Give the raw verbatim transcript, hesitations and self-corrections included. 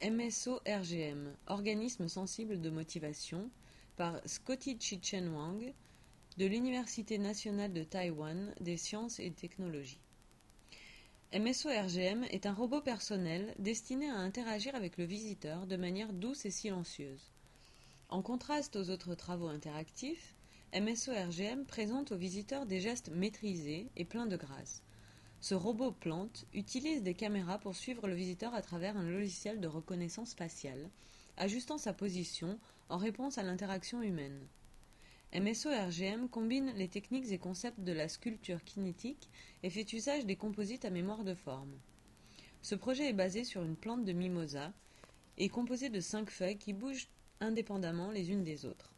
M S O R G M, Organisme sensible de motivation, par Scotty Chichen Wang, de l'Université nationale de Taïwan des sciences et technologies. M S O R G M est un robot personnel destiné à interagir avec le visiteur de manière douce et silencieuse. En contraste aux autres travaux interactifs, M S O R G M présente au visiteur des gestes maîtrisés et pleins de grâce. Ce robot plante utilise des caméras pour suivre le visiteur à travers un logiciel de reconnaissance faciale, ajustant sa position en réponse à l'interaction humaine. M S O R G M combine les techniques et concepts de la sculpture kinétique et fait usage des composites à mémoire de forme. Ce projet est basé sur une plante de mimosa et composé de cinq feuilles qui bougent indépendamment les unes des autres.